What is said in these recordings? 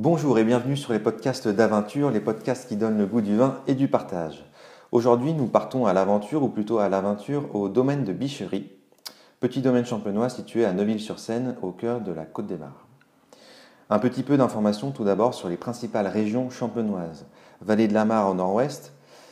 Bonjour et bienvenue sur les podcasts d'aventure, les podcasts qui donnent le goût du vin et du partage. Aujourd'hui, nous partons à l'aventure, ou plutôt à l'aventure, au domaine de Bichery, petit domaine champenois situé à Neuville-sur-Seine, au cœur de la Côte-des-Mares. Un petit peu d'informations tout d'abord sur les principales régions champenoises. Vallée de la Marne au nord-ouest,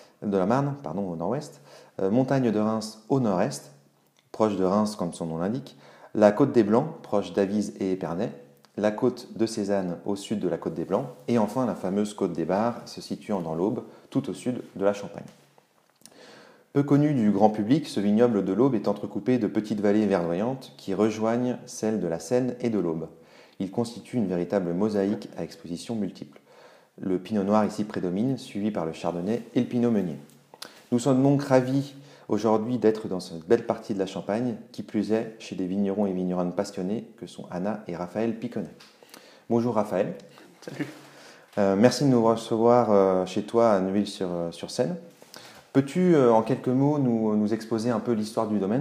montagne de Reims au nord-est, proche de Reims comme son nom l'indique, la Côte des Blancs, proche d'Avise et Épernay, la côte de Cézanne au sud de la côte des Blancs, et enfin la fameuse côte des Bars, se situant dans l'Aube, tout au sud de la Champagne. Peu connu du grand public, ce vignoble de l'Aube est entrecoupé de petites vallées verdoyantes qui rejoignent celles de la Seine et de l'Aube. Il constitue une véritable mosaïque à expositions multiples. Le pinot noir ici prédomine, suivi par le chardonnay et le pinot meunier. Nous sommes donc ravis aujourd'hui d'être dans cette belle partie de la Champagne, qui plus est chez des vignerons et vigneronnes passionnés que sont Anna et Raphaël Piconnet. Bonjour Raphaël. Salut. Merci de nous recevoir chez toi à Neuville-sur-Seine. Peux-tu en quelques mots nous exposer un peu l'histoire du domaine ?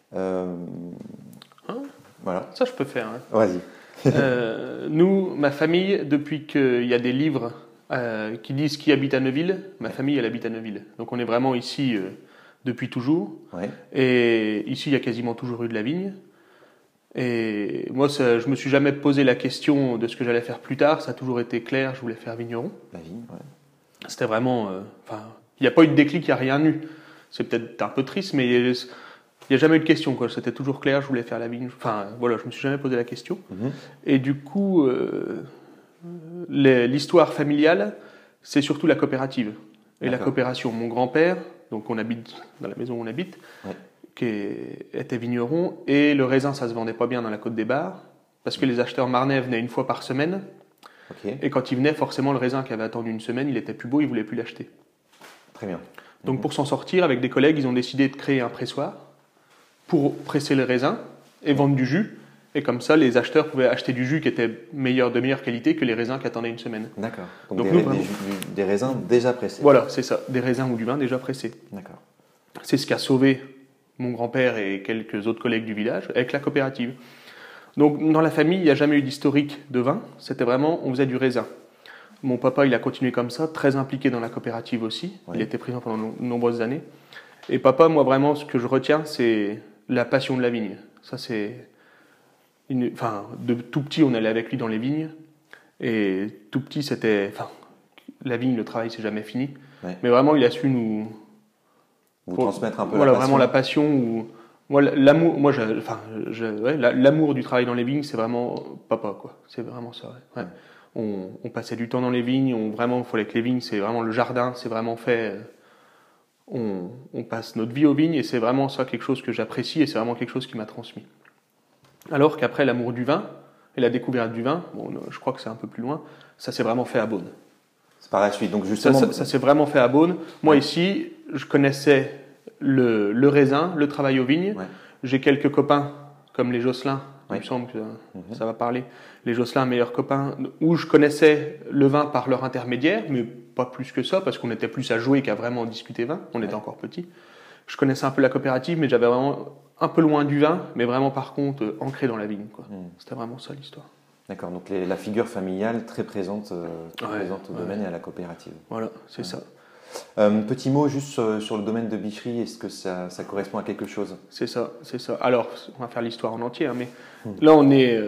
Voilà. Ça je peux faire. Hein. Vas-y. Nous, ma famille, depuis qu'il y a des livres qui disent qui habite à Neuville, ma famille elle habite à Neuville. Donc on est vraiment ici depuis toujours. Ouais. Et ici il y a quasiment toujours eu de la vigne. Et moi je me suis jamais posé la question de ce que j'allais faire plus tard. Ça a toujours été clair, je voulais faire vigneron. La vigne, ouais. C'était vraiment... il n'y a pas eu de déclic, il n'y a rien eu. C'est peut-être un peu triste, mais il n'y a jamais eu de question, quoi. C'était toujours clair, je voulais faire la vigne. Enfin, voilà, je ne me suis jamais posé la question. Mhm. Et du coup, l'histoire familiale, c'est surtout la coopérative et la coopération. Mon grand-père, donc on habite dans la maison où on habite, Ouais. qui était vigneron, et le raisin, ça se vendait pas bien dans la Côte des Bars, parce que les acheteurs marnais venaient une fois par semaine, Ok. et quand ils venaient, forcément, le raisin qui avait attendu une semaine, il était plus beau, ils voulaient plus l'acheter. Très bien. Donc pour s'en sortir, avec des collègues, ils ont décidé de créer un pressoir pour presser le raisin et vendre du jus. Et comme ça, les acheteurs pouvaient acheter du jus qui était de meilleure qualité que les raisins qui attendaient une semaine. D'accord. Donc Donc des raisins déjà pressés. Voilà, c'est ça, des raisins ou du vin déjà pressés. D'accord. C'est ce qui a sauvé mon grand-père et quelques autres collègues du village avec la coopérative. Donc dans la famille, il n'y a jamais eu d'historique de vin, c'était vraiment, on faisait du raisin. Mon papa, il a continué comme ça, très impliqué dans la coopérative aussi. Oui. Il était présent pendant de nombreuses années. Et papa, moi vraiment, ce que je retiens, c'est la passion de la vigne. Ça, c'est... de tout petit, on allait avec lui dans les vignes. Et tout petit, c'était... la vigne, le travail, c'est jamais fini. Ouais. Mais vraiment, il a su nous... Vous transmettre un peu voilà, la passion. vraiment la passion. Moi, l'amour, l'amour du travail dans les vignes, c'est vraiment papa, quoi. C'est vraiment ça. Ouais. On passait du temps dans les vignes. Il fallait que les vignes, c'est vraiment le jardin. C'est vraiment fait. On passe notre vie aux vignes et c'est vraiment ça quelque chose que j'apprécie et c'est vraiment quelque chose qui m'a transmis. Alors qu'après l'amour du vin et la découverte du vin, je crois que c'est un peu plus loin. Ça s'est vraiment fait à Beaune. C'est par la suite. Donc justement. Ça s'est vraiment fait à Beaune. Moi ici, je connaissais le raisin, le travail aux vignes. Ouais. J'ai quelques copains comme les Josselin. Ouais. Il me semble que ça va parler. Les Josselin, meilleurs copains, où je connaissais le vin par leur intermédiaire, mais pas plus que ça, parce qu'on était plus à jouer qu'à vraiment discuter vin. On était encore petits. Je connaissais un peu la coopérative, mais j'avais vraiment un peu loin du vin, mais vraiment par contre ancré dans la vigne, quoi. C'était vraiment ça l'histoire. D'accord, donc la figure familiale très présente, au domaine et à la coopérative. Voilà, c'est ça. Petit mot juste sur le domaine de Bichery, est-ce que ça correspond à quelque chose ? C'est ça. Alors, on va faire l'histoire en entier, hein, mais là on est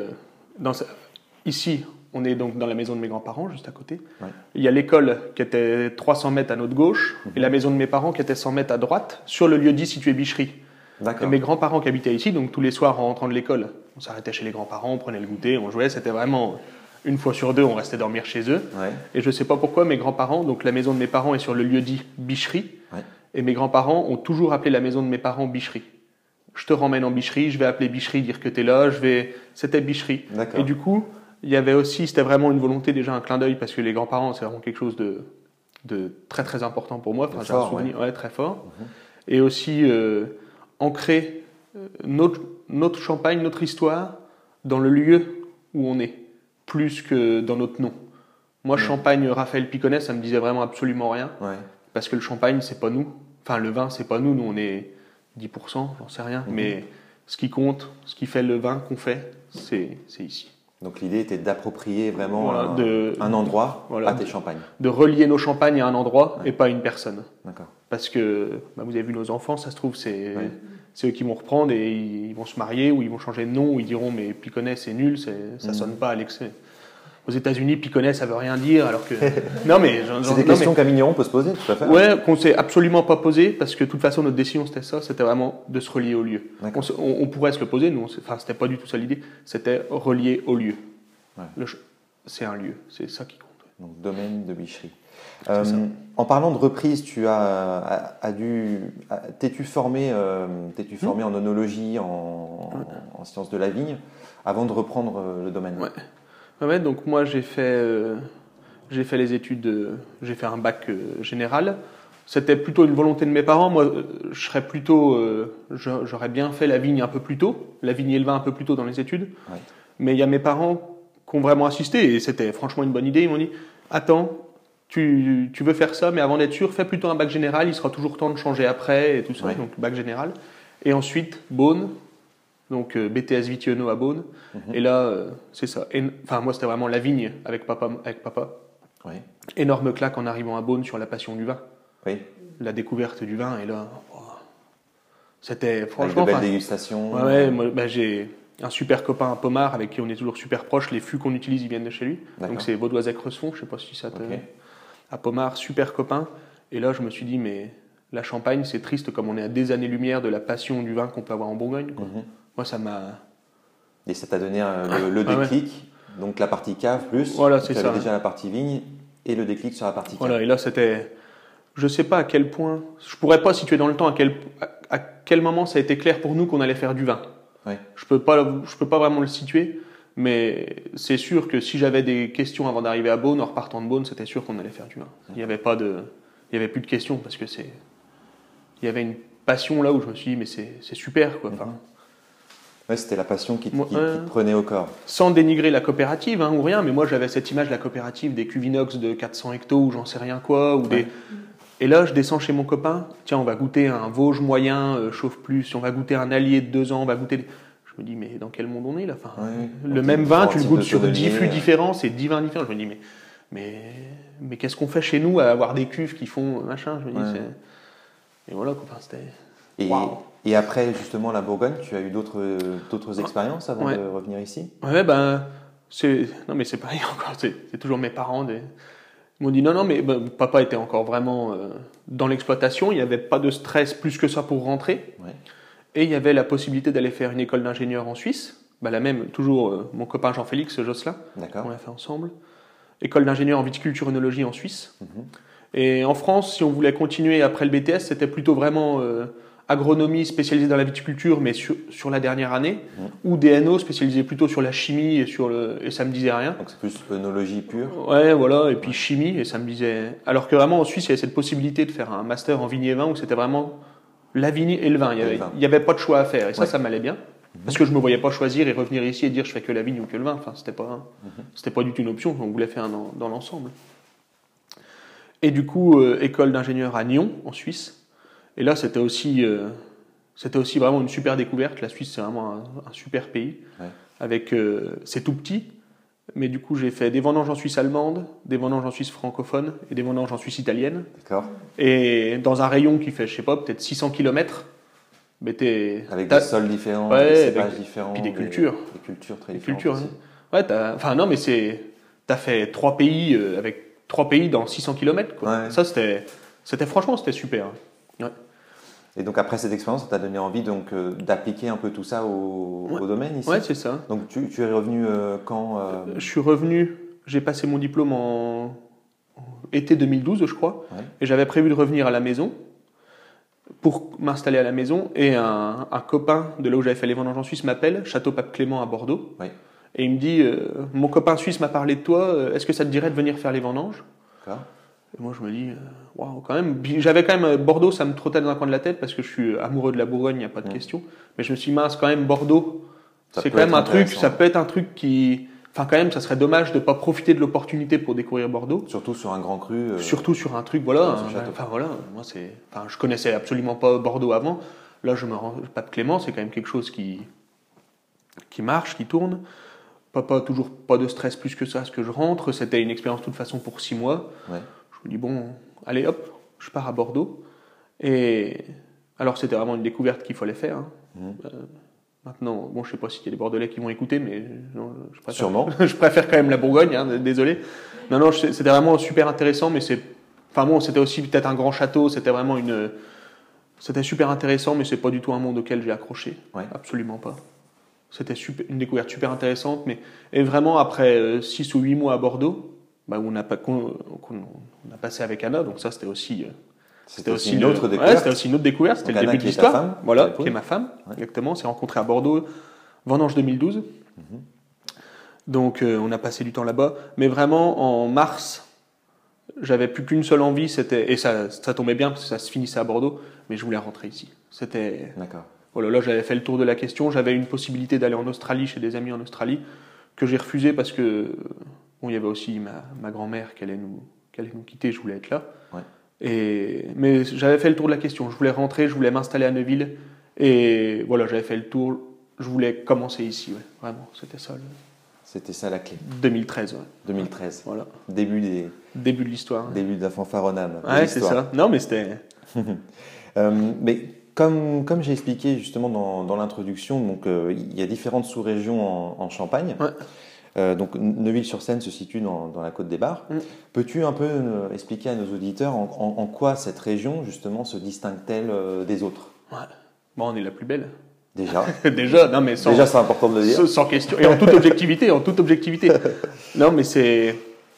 ici, on est donc dans la maison de mes grands-parents, juste à côté. Ouais. Il y a l'école qui était 300 mètres à notre gauche, et la maison de mes parents qui était 100 mètres à droite, sur le lieu-dit situé Bichery. D'accord. Et mes grands-parents qui habitaient ici, donc tous les soirs en rentrant de l'école, on s'arrêtait chez les grands-parents, on prenait le goûter, on jouait, c'était vraiment... Une fois sur deux, on restait dormir chez eux. Ouais. Et je ne sais pas pourquoi, mes grands-parents, donc la maison de mes parents est sur le lieu-dit Bichery, et mes grands-parents ont toujours appelé la maison de mes parents Bichery. Je te ramène en Bichery, je vais appeler Bichery, dire que tu es là, c'était Bichery. D'accord. Et du coup, il y avait aussi, c'était vraiment une volonté, déjà un clin d'œil, parce que les grands-parents, c'est vraiment quelque chose de très très important pour moi. J'ai un souvenir très fort. Et aussi ancrer notre Champagne, notre histoire, dans le lieu où on est, plus que dans notre nom. Moi, Champagne, Raphaël Piconnet, ça me disait vraiment absolument rien. Ouais. Parce que le champagne, c'est pas nous. Enfin, le vin, c'est pas nous. Nous, on est 10%, j'en sais rien. Mais ce qui compte, ce qui fait le vin qu'on fait, c'est ici. Donc l'idée était d'approprier vraiment un endroit à tes champagnes. De relier nos champagnes à un endroit et pas à une personne. D'accord. Parce que vous avez vu nos enfants, ça se trouve, c'est eux qui vont reprendre et ils vont se marier ou ils vont changer de nom ou ils diront mais Piconnet c'est nul, ça sonne pas à l'excès. Aux États-Unis, Piconnet ça veut rien dire alors que. Non mais. C'est des questions qu'un vigneron peut se poser, tout à fait. Ouais, qu'on s'est absolument pas posé parce que de toute façon notre décision c'était ça, c'était vraiment de se relier au lieu. On pourrait se le poser, nous, c'était pas du tout ça l'idée, c'était relier au lieu. Ouais. C'est un lieu, c'est ça qui compte. Donc domaine de Bichery. En parlant de reprise, t'es-tu formé en œnologie, en sciences de la vigne, avant de reprendre le domaine? Ouais, donc moi j'ai fait les études, j'ai fait un bac général. C'était plutôt une volonté de mes parents. Moi, j'aurais bien fait la vigne un peu plus tôt, la vigne et le vin un peu plus tôt dans les études. Ouais. Mais il y a mes parents qui ont vraiment insisté et c'était franchement une bonne idée. Ils m'ont dit attends, tu veux faire ça, mais avant d'être sûr, fais plutôt un bac général. Il sera toujours temps de changer après et tout ça. Ouais. Donc bac général. Et ensuite Beaune. Donc BTS Vitiono à Beaune. Et là, c'est ça. Moi, c'était vraiment la vigne avec papa. Oui. Énorme claque en arrivant à Beaune sur la passion du vin. Oui. La découverte du vin. Et là, c'était franchement... Avec de belles dégustations. Moi, j'ai un super copain à Pommard avec qui on est toujours super proches. Les fûts qu'on utilise, ils viennent de chez lui. D'accord. Donc c'est Vaudoisec-Resfond. Je ne sais pas si ça te... Okay. À Pommard, super copain. Et là, je me suis dit, mais la Champagne, c'est triste comme on est à des années-lumière de la passion du vin qu'on peut avoir en Bourgogne. Quoi. Moi, ça m'a... Et ça t'a donné le déclic, donc la partie cave plus, tu avais déjà la partie vigne et le déclic sur la partie cave. Voilà, et là c'était... Je ne sais pas à quel point... Je ne pourrais pas situer dans le temps à quel moment ça a été clair pour nous qu'on allait faire du vin. Ouais. Je peux pas vraiment le situer, mais c'est sûr que si j'avais des questions avant d'arriver à Beaune, en repartant de Beaune, c'était sûr qu'on allait faire du vin. Il n'y avait plus de questions parce que il y avait une passion là où je me suis dit mais c'est super quoi. Enfin, ouais, c'était la passion qui te prenait au corps. Sans dénigrer la coopérative ou rien, mais moi j'avais cette image de la coopérative des cuvinox de 400 hectos ou j'en sais rien quoi. Et là je descends chez mon copain, tiens on va goûter un Vosges moyen, chauffe plus, on va goûter un Allier de 2 ans, on va goûter... Je me dis mais dans quel monde on est là le même vin, tu le goûtes sur 10 fûts différents, c'est 10 vins différents. Je me dis mais qu'est-ce qu'on fait chez nous à avoir des cuves qui font machin. Je me dis et voilà quoi, c'était... Et après justement la Bourgogne, tu as eu d'autres expériences avant de revenir ici? Ouais, mais c'est pareil encore, c'est toujours mes parents. Ils m'ont dit non, mais papa était encore vraiment dans l'exploitation, il n'y avait pas de stress plus que ça pour rentrer. Ouais. Et il y avait la possibilité d'aller faire une école d'ingénieur en Suisse, la même, toujours mon copain Jean-Félix Josselin, on l'a fait ensemble. École d'ingénieur en viticulture œnologie en Suisse. Et en France, si on voulait continuer après le BTS, c'était plutôt vraiment agronomie spécialisée dans la viticulture, mais sur la dernière année, ou DNO spécialisé plutôt sur la chimie et ça me disait rien. Donc c'est plus œnologie pure. Ouais, voilà, et puis chimie, et ça me disait... Alors que vraiment en Suisse, il y avait cette possibilité de faire un master en vigne et vin où c'était vraiment la vigne et le vin. Il n'y avait pas de choix à faire, et ça m'allait bien. Parce que je ne me voyais pas choisir et revenir ici et dire je fais que la vigne ou que le vin. Enfin, c'était pas du tout une option, on voulait faire dans l'ensemble. Et du coup, école d'ingénieur à Nyon, en Suisse. Et là, c'était aussi vraiment une super découverte. La Suisse, c'est vraiment un super pays. Ouais. C'est tout petit, mais du coup, j'ai fait des vendanges en Suisse allemande, des vendanges en Suisse francophone et des vendanges en Suisse italienne. D'accord. Et dans un rayon qui fait, je sais pas, peut-être 600 km. Mais avec des sols différents, des cépages différents. Puis des cultures. Des cultures très différentes. Ouais, t'as fait 3 pays avec 3 pays dans 600 km. Quoi. Ouais. Ça, franchement, c'était super. Ouais. Et donc, après cette expérience, ça t'a donné envie d'appliquer un peu tout ça au domaine ici? Ouais, c'est ça. Donc, tu es revenu quand Je suis revenu, j'ai passé mon diplôme en été 2012, je crois. Ouais. Et j'avais prévu de revenir à la maison pour m'installer à la maison. Et un copain de là où j'avais fait les vendanges en Suisse m'appelle, Château Pape Clément à Bordeaux. Ouais. Et il me dit, mon copain suisse m'a parlé de toi, est-ce que ça te dirait de venir faire les vendanges? D'accord. Et moi je me dis, waouh, quand même. J'avais quand même Bordeaux, ça me trottait dans un coin de la tête parce que je suis amoureux de la Bourgogne, il n'y a pas de question. Mais je me suis dit, mince, quand même, Bordeaux, c'est quand même un truc, ça peut être un truc qui... Enfin, quand même, ça serait dommage de ne pas profiter de l'opportunité pour découvrir Bordeaux. Surtout sur un grand cru. Surtout sur un truc, voilà. Moi, je connaissais absolument pas Bordeaux avant. Là, je me rends... Pape Clément, c'est quand même quelque chose qui marche, qui tourne. toujours pas de stress plus que ça, ce que je rentre. C'était une expérience de toute façon pour 6 mois. Ouais. Je me dis, bon, allez hop, je pars à Bordeaux. Et alors, c'était vraiment une découverte qu'il fallait faire. Maintenant, bon, je sais pas s'il y a des Bordelais qui vont écouter, mais non, je préfère, sûrement. Je préfère quand même la Bourgogne, désolé. Non, c'était vraiment super intéressant, mais c'était aussi peut-être un grand château, c'était super intéressant, mais c'est pas du tout un monde auquel j'ai accroché. Ouais. Absolument pas. C'était une découverte super intéressante, et vraiment après 6 ou 8 mois à Bordeaux, où on a passé avec Anna, donc ça c'était aussi une autre découverte. C'était aussi une autre découverte, c'était le début de l'histoire. Voilà, qui est ma femme, exactement. On s'est rencontrés à Bordeaux, vendange 2012. Donc on a passé du temps là-bas, mais vraiment en mars, j'avais plus qu'une seule envie, et ça tombait bien parce que ça se finissait à Bordeaux, mais je voulais rentrer ici. D'accord. Voilà, là j'avais fait le tour de la question, j'avais une possibilité d'aller en Australie chez des amis en Australie que j'ai refusé parce que il y avait aussi ma grand-mère qui allait nous quitter, je voulais être là. Ouais. Mais j'avais fait le tour de la question, je voulais rentrer, je voulais m'installer à Neuville et voilà, j'avais fait le tour, je voulais commencer ici, vraiment, c'était ça. C'était ça la clé. 2013, ouais. 2013. Voilà. Début de l'histoire. Début de la fanfaronnade. Ouais, c'est ça. Non, mais c'était. Mais comme j'ai expliqué justement dans l'introduction, donc il y a différentes sous-régions en Champagne. Ouais. Donc Neuville-sur-Seine se situe dans la Côte des Bars. Peux-tu un peu expliquer à nos auditeurs en quoi cette région justement se distingue-t-elle des autres? Ouais. Bon, on est la plus belle. Déjà. Non mais déjà c'est important de le dire. Sans question et en toute objectivité, Non mais c'est.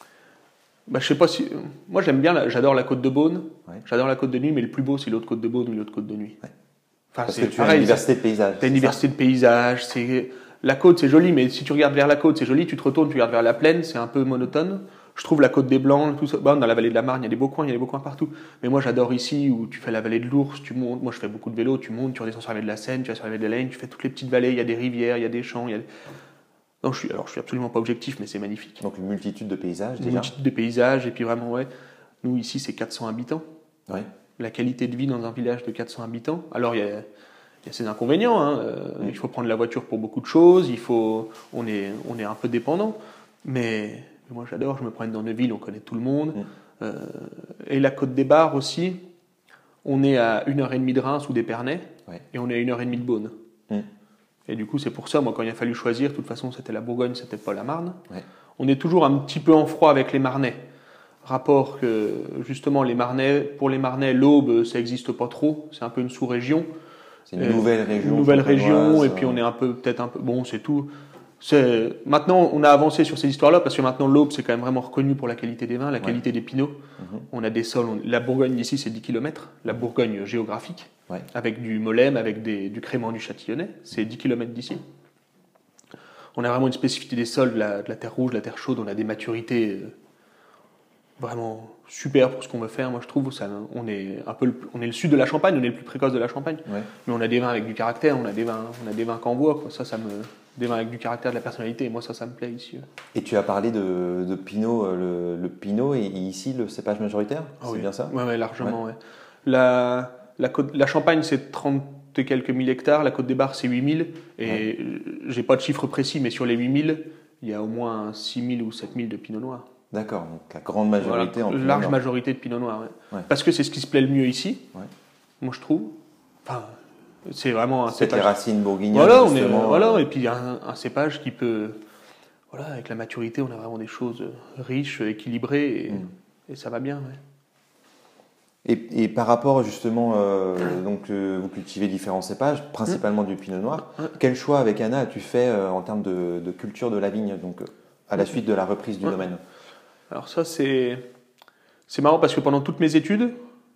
Je sais pas si. Moi j'aime bien, j'adore la Côte de Beaune. Ouais. J'adore la Côte de Nuit, mais le plus beau c'est l'autre Côte de Beaune ou l'autre Côte de Nuit. Ouais. Enfin, parce que tu as une diversité de paysages. T'as une diversité de paysages. La côte c'est joli, mais si tu regardes vers la côte c'est joli. Tu te retournes, tu regardes vers la plaine, c'est un peu monotone. Je trouve la Côte des Blancs, tout ça. Dans la vallée de la Marne, il y a des beaux coins partout. Mais moi, j'adore ici où tu fais la vallée de l'Ours, tu montes. Moi, je fais beaucoup de vélo, tu montes, tu redescends sur la vallée de la Seine, tu vas sur la vallée de la Laigne, tu fais toutes les petites vallées. Il y a des rivières, il y a des champs. Non, je suis absolument pas objectif, mais c'est magnifique. Donc une multitude de paysages déjà. Une multitude de paysages, et puis vraiment, ouais. Nous, ici, c'est 400 habitants. Ouais. La qualité de vie dans un village de 400 habitants. Alors, il y a ses inconvénients. Il faut prendre la voiture pour beaucoup de choses. On est un peu dépendant, mais moi j'adore, je me promène dans Neuville, on connaît tout le monde. Et la Côte des Bars aussi, on est à 1h30 de Reims ou d'Épernay, et on est à 1h30 de Beaune. Et du coup, c'est pour ça, moi, quand il a fallu choisir, de toute façon, c'était la Bourgogne, c'était pas la Marne. On est toujours un petit peu en froid avec les Marnais. Rapport que, justement, pour les Marnais, l'Aube, ça n'existe pas trop, c'est un peu une sous-région. C'est une nouvelle région. Une nouvelle région, et puis on est peut-être un peu. Bon, c'est tout. Maintenant, on a avancé sur ces histoires-là parce que maintenant l'Aube, c'est quand même vraiment reconnu pour la qualité des vins, la qualité des pinots. On a des sols. La Bourgogne d'ici, c'est 10 km. La Bourgogne géographique, avec du Molème, avec du Crémant, du Châtillonnais, c'est 10 km d'ici. On a vraiment une spécificité des sols, de la terre rouge, de la terre chaude. On a des maturités vraiment super pour ce qu'on veut faire. Moi, je trouve on est le sud de la Champagne, on est le plus précoce de la Champagne. Mais on a des vins avec du caractère, on a des vins qu'envoie. Des vins avec du caractère, de la personnalité, et moi ça me plaît ici. Et tu as parlé de Pinot, le Pinot est ici le cépage majoritaire, c'est bien ça? Oui, largement. Ouais. La Champagne c'est 30 et quelques mille hectares, la Côte des Bars c'est 8000, et j'ai pas de chiffre précis, mais sur les 8000, il y a au moins 6000 ou 7000 de Pinot Noir. D'accord, donc la grande majorité en Pinot Noir. Large majorité de Pinot Noir, parce que c'est ce qui se plaît le mieux ici, moi je trouve. Enfin, c'est vraiment un cépage. Les racines bourguignonnes. Voilà, et puis un cépage qui peut, avec la maturité, on a vraiment des choses riches, équilibrées, et ça va bien. Ouais. Et par rapport justement, vous cultivez différents cépages, principalement du Pinot Noir. Quel choix avec Anna as-tu fait en termes de culture de la vigne, donc à la suite de la reprise du domaine? Alors ça c'est marrant parce que pendant toutes mes études,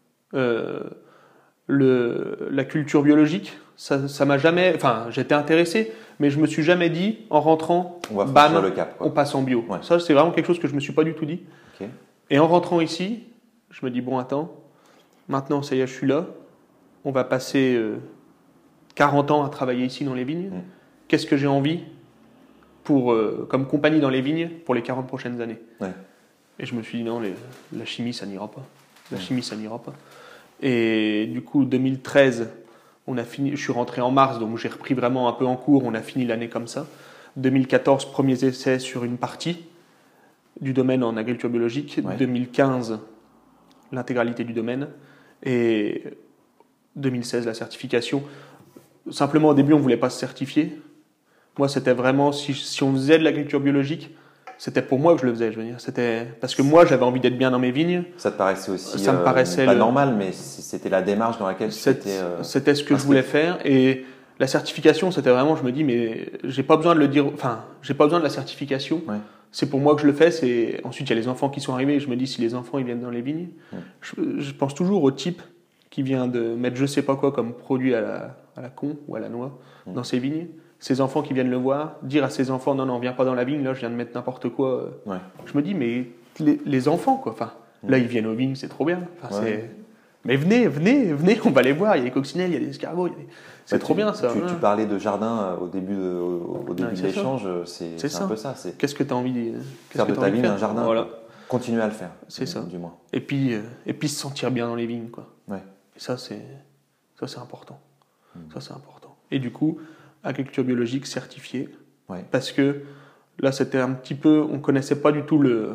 la culture biologique, ça m'a jamais. Enfin, j'étais intéressé, mais je me suis jamais dit en rentrant, bam, on passe en bio. Ouais. Ça, c'est vraiment quelque chose que je me suis pas du tout dit. Okay. Et en rentrant ici, je me dis bon, attends, maintenant ça y est, je suis là. On va passer 40 ans à travailler ici dans les vignes. Qu'est-ce que j'ai envie comme compagnie dans les vignes pour les 40 prochaines années? Et je me suis dit non, la chimie, ça n'ira pas. La chimie, ça n'ira pas. Et du coup, 2013, je suis rentré en mars, donc j'ai repris vraiment un peu en cours, on a fini l'année comme ça. 2014, premiers essais sur une partie du domaine en agriculture biologique. 2015, l'intégralité du domaine. Et 2016, la certification. Simplement, au début, on ne voulait pas se certifier. Moi, c'était vraiment, si on faisait de l'agriculture biologique, c'était pour moi que je le faisais, je veux dire. C'était parce que moi, j'avais envie d'être bien dans mes vignes. Ça te paraissait aussi ça me paraissait pas normal, mais c'était la démarche dans laquelle tu étais... C'était ce que je voulais faire. Et la certification, c'était vraiment, je me dis, mais j'ai pas besoin de le dire, enfin, j'ai pas besoin de la certification. C'est pour moi que je le fais. Ensuite, il y a les enfants qui sont arrivés. Et je me dis, si les enfants ils viennent dans les vignes, je pense toujours au type qui vient de mettre je sais pas quoi comme produit à la con ou à la noix dans ses vignes. Ces enfants qui viennent le voir, dire à ces enfants non, viens pas dans la vigne, là je viens de mettre n'importe quoi. Je me dis, mais les enfants, quoi. Enfin, là ils viennent aux vignes, c'est trop bien. Enfin, mais venez, on va les voir. Il y a des coccinelles, il y a des escargots. C'est trop bien ça. Tu parlais de jardin au début de l'échange, c'est un peu ça. Qu'est-ce que tu as envie de faire de ta vigne un jardin? Voilà. Continuer à le faire. C'est ça. Du moins. Et puis se sentir bien dans les vignes, quoi. Et ça c'est important. Ça c'est important. Et du coup, agriculture biologique certifiée, parce que là c'était un petit peu, on connaissait pas du tout le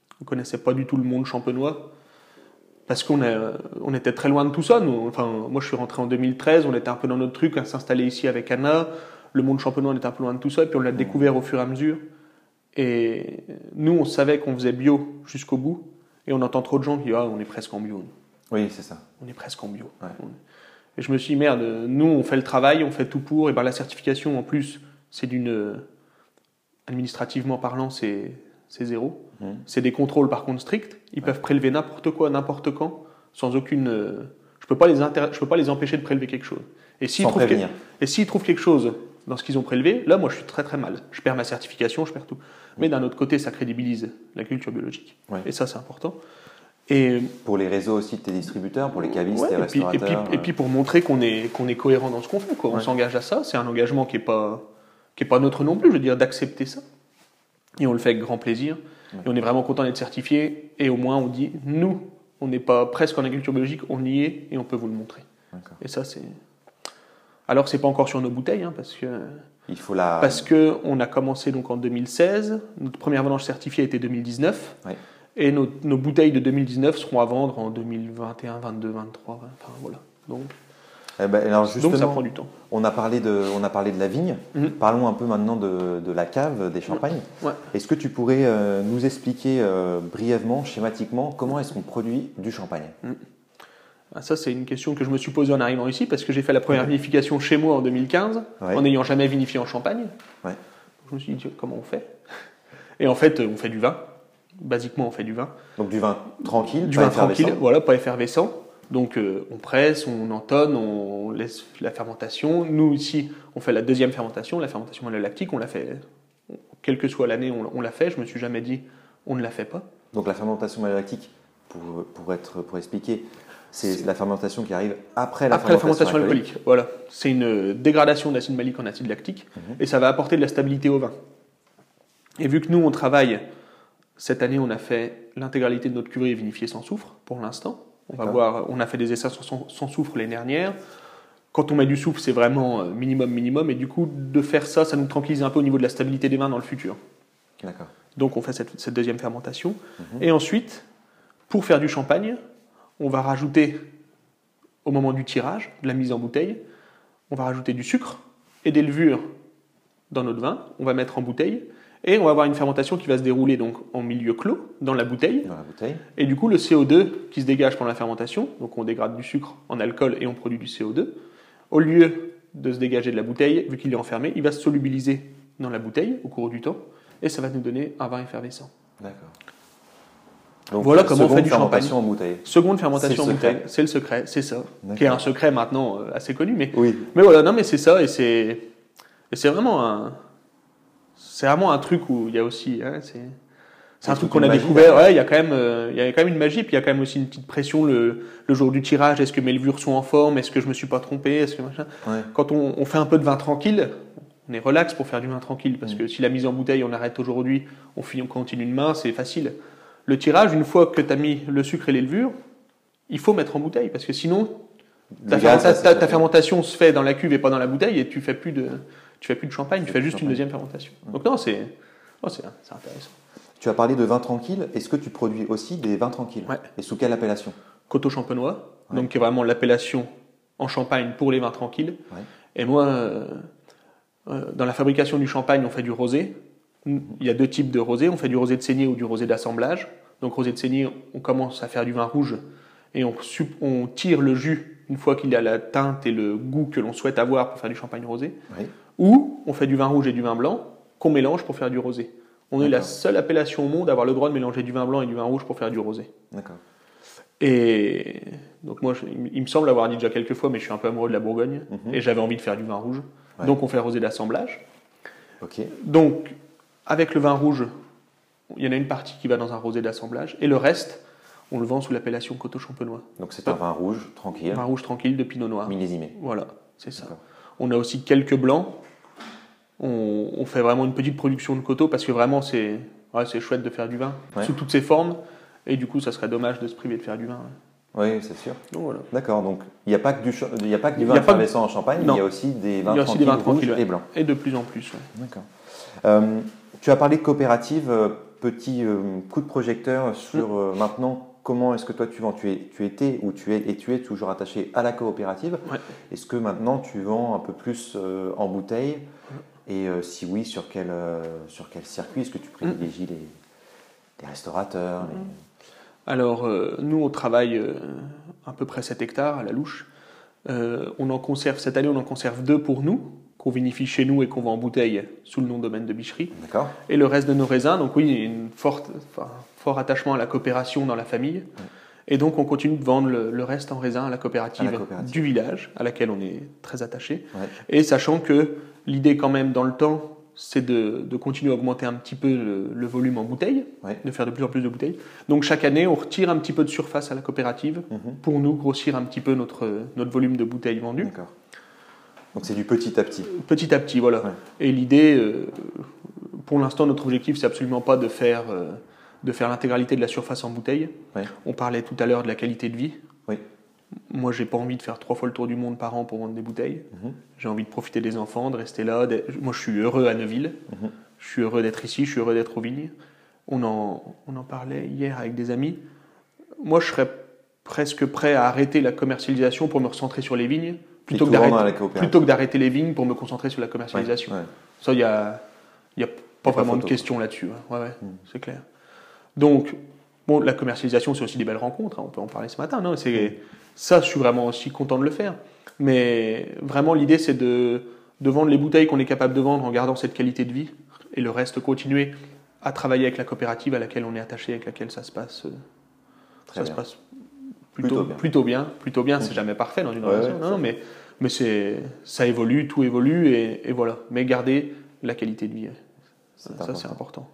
monde champenois, parce on était très loin de tout ça. Nous, enfin, moi je suis rentré en 2013, on était un peu dans notre truc à s'installer ici avec Anna. Le monde champenois, on était un peu loin de tout ça, et puis on l'a découvert au fur et à mesure. Et nous, on savait qu'on faisait bio jusqu'au bout, et on entend trop de gens qui disent on est presque en bio. Oui, c'est ça. On est presque en bio. Et je me suis dit, merde, nous, on fait le travail, on fait tout pour. Et ben la certification, en plus, c'est administrativement parlant, c'est zéro. C'est des contrôles, par contre, stricts. Ils peuvent prélever n'importe quoi, n'importe quand, sans aucune... Je peux pas les empêcher de prélever quelque chose. Et s'ils trouvent quelque chose dans ce qu'ils ont prélevé, là, moi, je suis très, très mal. Je perds ma certification, je perds tout. Mais d'un autre côté, ça crédibilise l'agriculture biologique. Et ça, c'est important. Et pour les réseaux aussi de tes distributeurs, pour les cavistes, les restaurateurs. Et puis pour montrer qu'on est cohérent dans ce qu'on fait, quoi. On s'engage à ça. C'est un engagement qui est pas neutre non plus. Je veux dire, d'accepter ça. Et on le fait avec grand plaisir. Et on est vraiment content d'être certifié. Et au moins, on dit, nous, on n'est pas presque en agriculture biologique, on y est et on peut vous le montrer. Et ça, c'est. Alors, c'est pas encore sur nos bouteilles, parce que. Parce que on a commencé donc en 2016. Notre première vendange certifiée était 2019. Et nos bouteilles de 2019 seront à vendre en 2021, 22, 23. Enfin voilà. Donc, alors justement, donc ça prend du temps. On a parlé de la vigne. Parlons un peu maintenant de la cave, des champagnes. Est-ce que tu pourrais nous expliquer brièvement, schématiquement, comment est-ce qu'on produit du champagne? Ça, c'est une question que je me suis posée en arrivant ici, parce que j'ai fait la première vinification chez moi en 2015, en n'ayant jamais vinifié en Champagne. Je me suis dit, comment on fait? Et en fait, on fait du vin. Basiquement, on fait du vin. Donc du vin tranquille, voilà, pas effervescent. Donc on presse, on entonne, on laisse la fermentation. Nous ici, on fait la deuxième fermentation, la fermentation malolactique. On l'a fait, quelle que soit l'année, on l'a fait. Je me suis jamais dit, on ne la fait pas. Donc la fermentation malolactique, pour expliquer, c'est la fermentation qui arrive après la fermentation alcoolique. Voilà, c'est une dégradation d'acide malique en acide lactique, et ça va apporter de la stabilité au vin. Et vu que nous, on travaille. Cette année, on a fait l'intégralité de notre cuvée vinifiée sans soufre, pour l'instant. On a fait des essais sans soufre l'année dernière. Quand on met du soufre, c'est vraiment minimum. Et du coup, de faire ça, ça nous tranquillise un peu au niveau de la stabilité des vins dans le futur. Donc, on fait cette deuxième fermentation. Et ensuite, pour faire du champagne, on va rajouter, au moment du tirage, de la mise en bouteille, on va rajouter du sucre et des levures dans notre vin. On va mettre en bouteille. Et on va avoir une fermentation qui va se dérouler donc en milieu clos, dans la bouteille. Et du coup, le CO2 qui se dégage pendant la fermentation, donc on dégrade du sucre en alcool et on produit du CO2, au lieu de se dégager de la bouteille, vu qu'il est enfermé, il va se solubiliser dans la bouteille au cours du temps, et ça va nous donner un vin effervescent. Donc voilà comment on fait du champagne. En bouteille. Seconde fermentation en bouteille, c'est le secret, c'est ça. Qui est un secret maintenant assez connu, mais voilà, non mais c'est ça, et c'est vraiment un truc où il y a aussi, c'est un truc qu'on a découvert. Il y a quand même une magie, puis il y a quand même aussi une petite pression le jour du tirage. Est-ce que mes levures sont en forme? Est-ce que je me suis pas trompé? Quand on fait un peu de vin tranquille, on est relax pour faire du vin tranquille, parce que si la mise en bouteille on arrête aujourd'hui, on continue demain, c'est facile. Le tirage, une fois que tu as mis le sucre et les levures, il faut mettre en bouteille, parce que sinon ta fermentation se fait dans la cuve et pas dans la bouteille, et tu fais plus de tu fais plus de champagne, tu fais juste une deuxième fermentation. Donc non, c'est intéressant. Tu as parlé de vin tranquille. Est-ce que tu produis aussi des vins tranquilles? Ouais. Et sous quelle appellation? Coteaux champenois, donc qui est vraiment l'appellation en Champagne pour les vins tranquilles. Ouais. Et moi, dans la fabrication du champagne, on fait du rosé. Il y a 2 types de rosé. On fait du rosé de saignée ou du rosé d'assemblage. Donc rosé de saignée, on commence à faire du vin rouge et on tire le jus une fois qu'il a la teinte et le goût que l'on souhaite avoir pour faire du champagne rosé. Oui. Ou on fait du vin rouge et du vin blanc qu'on mélange pour faire du rosé. On est la seule appellation au monde à avoir le droit de mélanger du vin blanc et du vin rouge pour faire du rosé. D'accord. Et donc moi, il me semble avoir dit déjà quelques fois, mais je suis un peu amoureux de la Bourgogne et j'avais envie de faire du vin rouge. Ouais. Donc on fait rosé d'assemblage. Okay. Donc avec le vin rouge, il y en a une partie qui va dans un rosé d'assemblage et le reste, on le vend sous l'appellation Coteaux champenois. Donc c'est un vin rouge tranquille. Vin rouge tranquille de pinot noir. Millésimé. Voilà, c'est ça. On a aussi quelques blancs. On fait vraiment une petite production de coteaux parce que vraiment c'est chouette de faire du vin sous toutes ses formes et du coup ça serait dommage de se priver de faire du vin. Oui, c'est sûr. Donc, voilà. D'accord, donc il n'y a pas que du vin effervescent en Champagne, il y a aussi des vins tranquilles rouges et blancs. Et de plus en plus. Ouais. D'accord. Tu as parlé de coopérative, petit coup de projecteur sur maintenant. Comment est-ce que toi tu vends? Tu es toujours attaché à la coopérative. Ouais. Est-ce que maintenant tu vends un peu plus en bouteille? Et si oui, sur quel circuit? Est-ce que tu privilégies les restaurateurs Alors, nous, on travaille à peu près 7 hectares à la louche. Cette année, on en conserve 2 pour nous, qu'on vinifie chez nous et qu'on vend en bouteille sous le nom de domaine de Bicherie. D'accord. Et le reste de nos raisins, donc oui, un fort attachement à la coopération dans la famille. Ouais. Et donc, on continue de vendre le reste en raisin à la coopérative du village, à laquelle on est très attaché. Ouais. Et sachant que l'idée, quand même, dans le temps, c'est de continuer à augmenter un petit peu le volume en bouteilles, de faire de plus en plus de bouteilles. Donc, chaque année, on retire un petit peu de surface à la coopérative pour nous grossir un petit peu notre volume de bouteilles vendues. D'accord. Donc, c'est du petit à petit. Petit à petit, voilà. Ouais. Et l'idée, pour l'instant, notre objectif, c'est absolument pas de faire l'intégralité de la surface en bouteille. Ouais. On parlait tout à l'heure de la qualité de vie. Oui. Moi, j'ai pas envie de faire 3 fois le tour du monde par an pour vendre des bouteilles. J'ai envie de profiter des enfants, de rester là. Moi, je suis heureux à Neuville. Je suis heureux d'être ici, je suis heureux d'être aux vignes. On en parlait hier avec des amis. Moi, je serais presque prêt à arrêter la commercialisation pour me recentrer sur les vignes, plutôt que d'arrêter les vignes pour me concentrer sur la commercialisation. Ouais. Ça, il y a pas vraiment de question là-dessus. Ouais, c'est clair. Donc, bon, la commercialisation, c'est aussi des belles rencontres. On peut en parler ce matin. Non, ça, je suis vraiment aussi content de le faire. Mais vraiment, l'idée, c'est de vendre les bouteilles qu'on est capable de vendre en gardant cette qualité de vie et le reste, continuer à travailler avec la coopérative à laquelle on est attaché, avec laquelle ça se passe, se passe plutôt bien. C'est jamais parfait dans une relation. Non, mais ça évolue, tout évolue et voilà. Mais garder la qualité de vie, ça c'est important.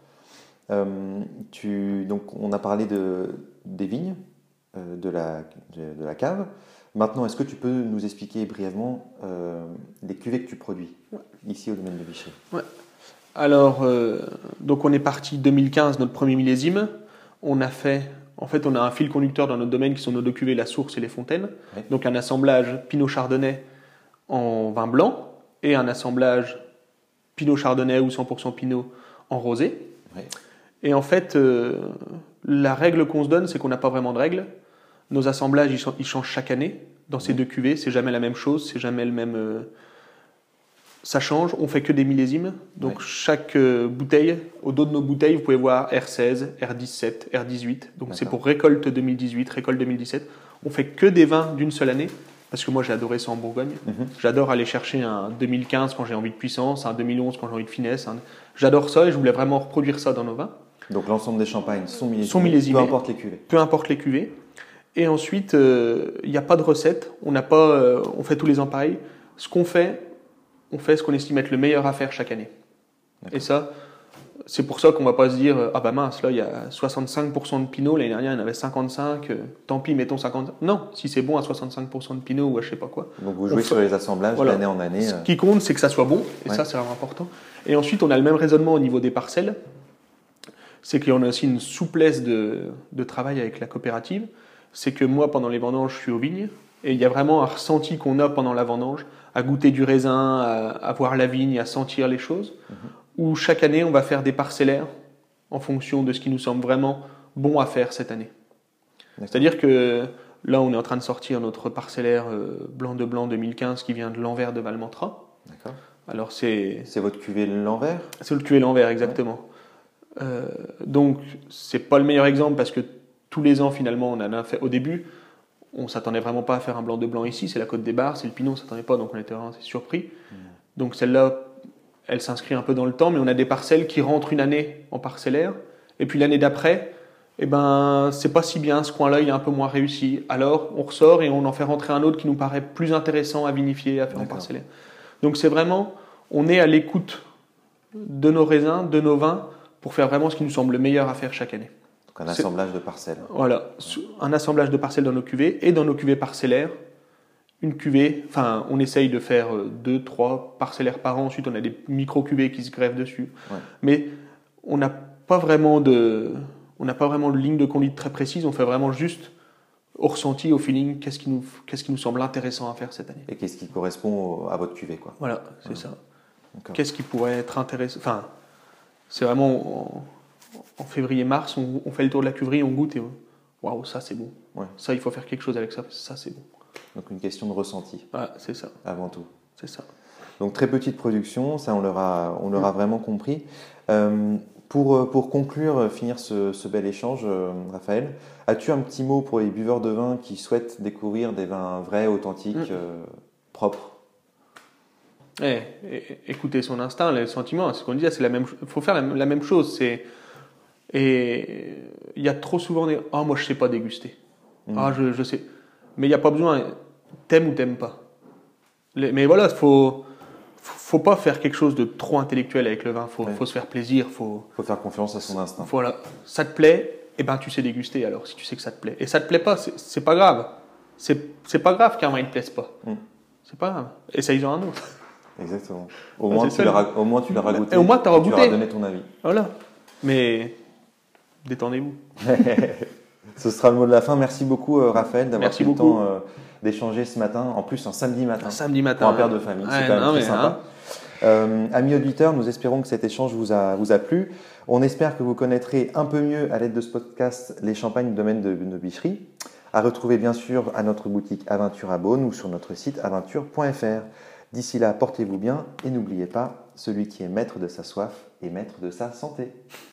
Donc, on a parlé des vignes, de la cave. Maintenant, est-ce que tu peux nous expliquer brièvement les cuvées que tu produis ici au domaine de Bicherie? Ouais. Alors, donc on est parti 2015, notre premier millésime. On a un fil conducteur dans notre domaine qui sont nos 2 cuvées, la Source et les Fontaines. Ouais. Donc un assemblage Pinot Chardonnay en vin blanc et un assemblage Pinot Chardonnay ou 100% Pinot en rosé. Ouais. Et en fait, la règle qu'on se donne, c'est qu'on n'a pas vraiment de règle. Nos assemblages, ils changent chaque année. Dans ces 2 cuvées, c'est jamais la même chose, c'est jamais le même... Ça change, on fait que des millésimes. Donc chaque bouteille, au dos de nos bouteilles, vous pouvez voir R16, R17, R18. Donc c'est pour récolte 2018, récolte 2017. On fait que des vins d'une seule année. Parce que moi, j'ai adoré ça en Bourgogne. J'adore aller chercher un 2015 quand j'ai envie de puissance, un 2011 quand j'ai envie de finesse. J'adore ça et je voulais vraiment reproduire ça dans nos vins. Donc l'ensemble des champagnes sont millésimés, peu importe les cuvées. Peu importe les cuvées. Et ensuite, il n'y a pas de recette. On fait tous les ans pareil. Ce qu'on fait, on fait ce qu'on estime être le meilleur à faire chaque année. D'accord. Et ça, c'est pour ça qu'on ne va pas se dire « Ah bah mince, là, il y a 65% de Pinot. L'année dernière, il y en avait 55. Tant pis, mettons 55. » Non, si c'est bon à 65% de Pinot ou à je ne sais pas quoi. Donc vous jouez sur les assemblages d'année en année. Ce qui compte, c'est que ça soit bon. Et ça, c'est vraiment important. Et ensuite, on a le même raisonnement au niveau des parcelles. C'est qu'on a aussi une souplesse de travail avec la coopérative. C'est que moi, pendant les vendanges, je suis aux vignes. Et il y a vraiment un ressenti qu'on a pendant la vendange, à goûter du raisin, à voir la vigne, à sentir les choses, où chaque année, on va faire des parcellaires en fonction de ce qui nous semble vraiment bon à faire cette année. C'est-à-dire que là, on est en train de sortir notre parcellaire blanc de blanc 2015 qui vient de l'Anvers de Valmentra. D'accord. Alors c'est votre cuvée l'Anvers ? C'est le cuvée l'Anvers, exactement. Ouais. Donc, c'est pas le meilleur exemple parce que tous les ans, finalement, on en a fait au début. On s'attendait vraiment pas à faire un blanc de blanc ici. C'est la Côte des Bars, c'est le Pinot, on s'attendait pas, donc on était vraiment assez surpris. Donc celle-là, elle s'inscrit un peu dans le temps, mais on a des parcelles qui rentrent une année en parcellaire, et puis l'année d'après, eh ben, c'est pas si bien, ce coin-là, il est un peu moins réussi. Alors, on ressort et on en fait rentrer un autre qui nous paraît plus intéressant à vinifier, à faire en parcellaire. Donc c'est vraiment, on est à l'écoute de nos raisins, de nos vins, pour faire vraiment ce qui nous semble le meilleur à faire chaque année. Donc un assemblage de parcelles. Voilà, un assemblage de parcelles dans nos cuvées, et dans nos cuvées parcellaires, une cuvée, enfin, on essaye de faire 2-3 parcellaires par an, ensuite on a des micro-cuvées qui se greffent dessus. Ouais. Mais on n'a pas vraiment de ligne de conduite très précise, on fait vraiment juste au ressenti, au feeling, qu'est-ce qui nous semble intéressant à faire cette année. Et qu'est-ce qui correspond à votre cuvée, quoi. Voilà, c'est ça. D'accord. Qu'est-ce qui pourrait être intéressant. Enfin, c'est vraiment en février-mars, on fait le tour de la cuverie, on goûte et waouh, ça c'est bon. Ouais. Ça, il faut faire quelque chose avec ça, ça c'est bon. Donc une question de ressenti. Ah, c'est ça. Avant tout. C'est ça. Donc très petite production, ça on l'aura vraiment compris. Pour conclure, finir ce bel échange, Raphaël, as-tu un petit mot pour les buveurs de vin qui souhaitent découvrir des vins vrais, authentiques, propres ? Écouter son instinct, les sentiments, c'est ce qu'on disait, c'est la même. Il faut faire la même chose. Et il y a trop souvent des moi je sais pas déguster. Je sais. Mais il n'y a pas besoin. T'aimes ou t'aimes pas. Mais voilà, faut pas faire quelque chose de trop intellectuel avec le vin. Faut se faire plaisir. Faut faire confiance à son instinct. Voilà. Ça te plaît, et ben tu sais déguster alors, si tu sais que ça te plaît. Et ça te plaît pas, c'est pas grave. C'est pas grave qu'un vin ne te plaise pas. C'est pas grave. Essaye-en un autre. Exactement. Au moins tu l'auras goûté. Et au moins tu auras goûté. Tu auras donné ton avis. Voilà. Mais détendez-vous. Ce sera le mot de la fin. Merci beaucoup, Raphaël, d'avoir pris le temps d'échanger ce matin. En plus, un samedi matin. Un samedi matin. Pour un père de famille. C'est quand même très sympa. Amis auditeurs, nous espérons que cet échange vous a plu. On espère que vous connaîtrez un peu mieux, à l'aide de ce podcast, les champagnes du domaine de nos bicheries. À retrouver bien sûr à notre boutique Aventure à Beaune ou sur notre site aventure.fr. D'ici là, portez-vous bien et n'oubliez pas, celui qui est maître de sa soif est maître de sa santé.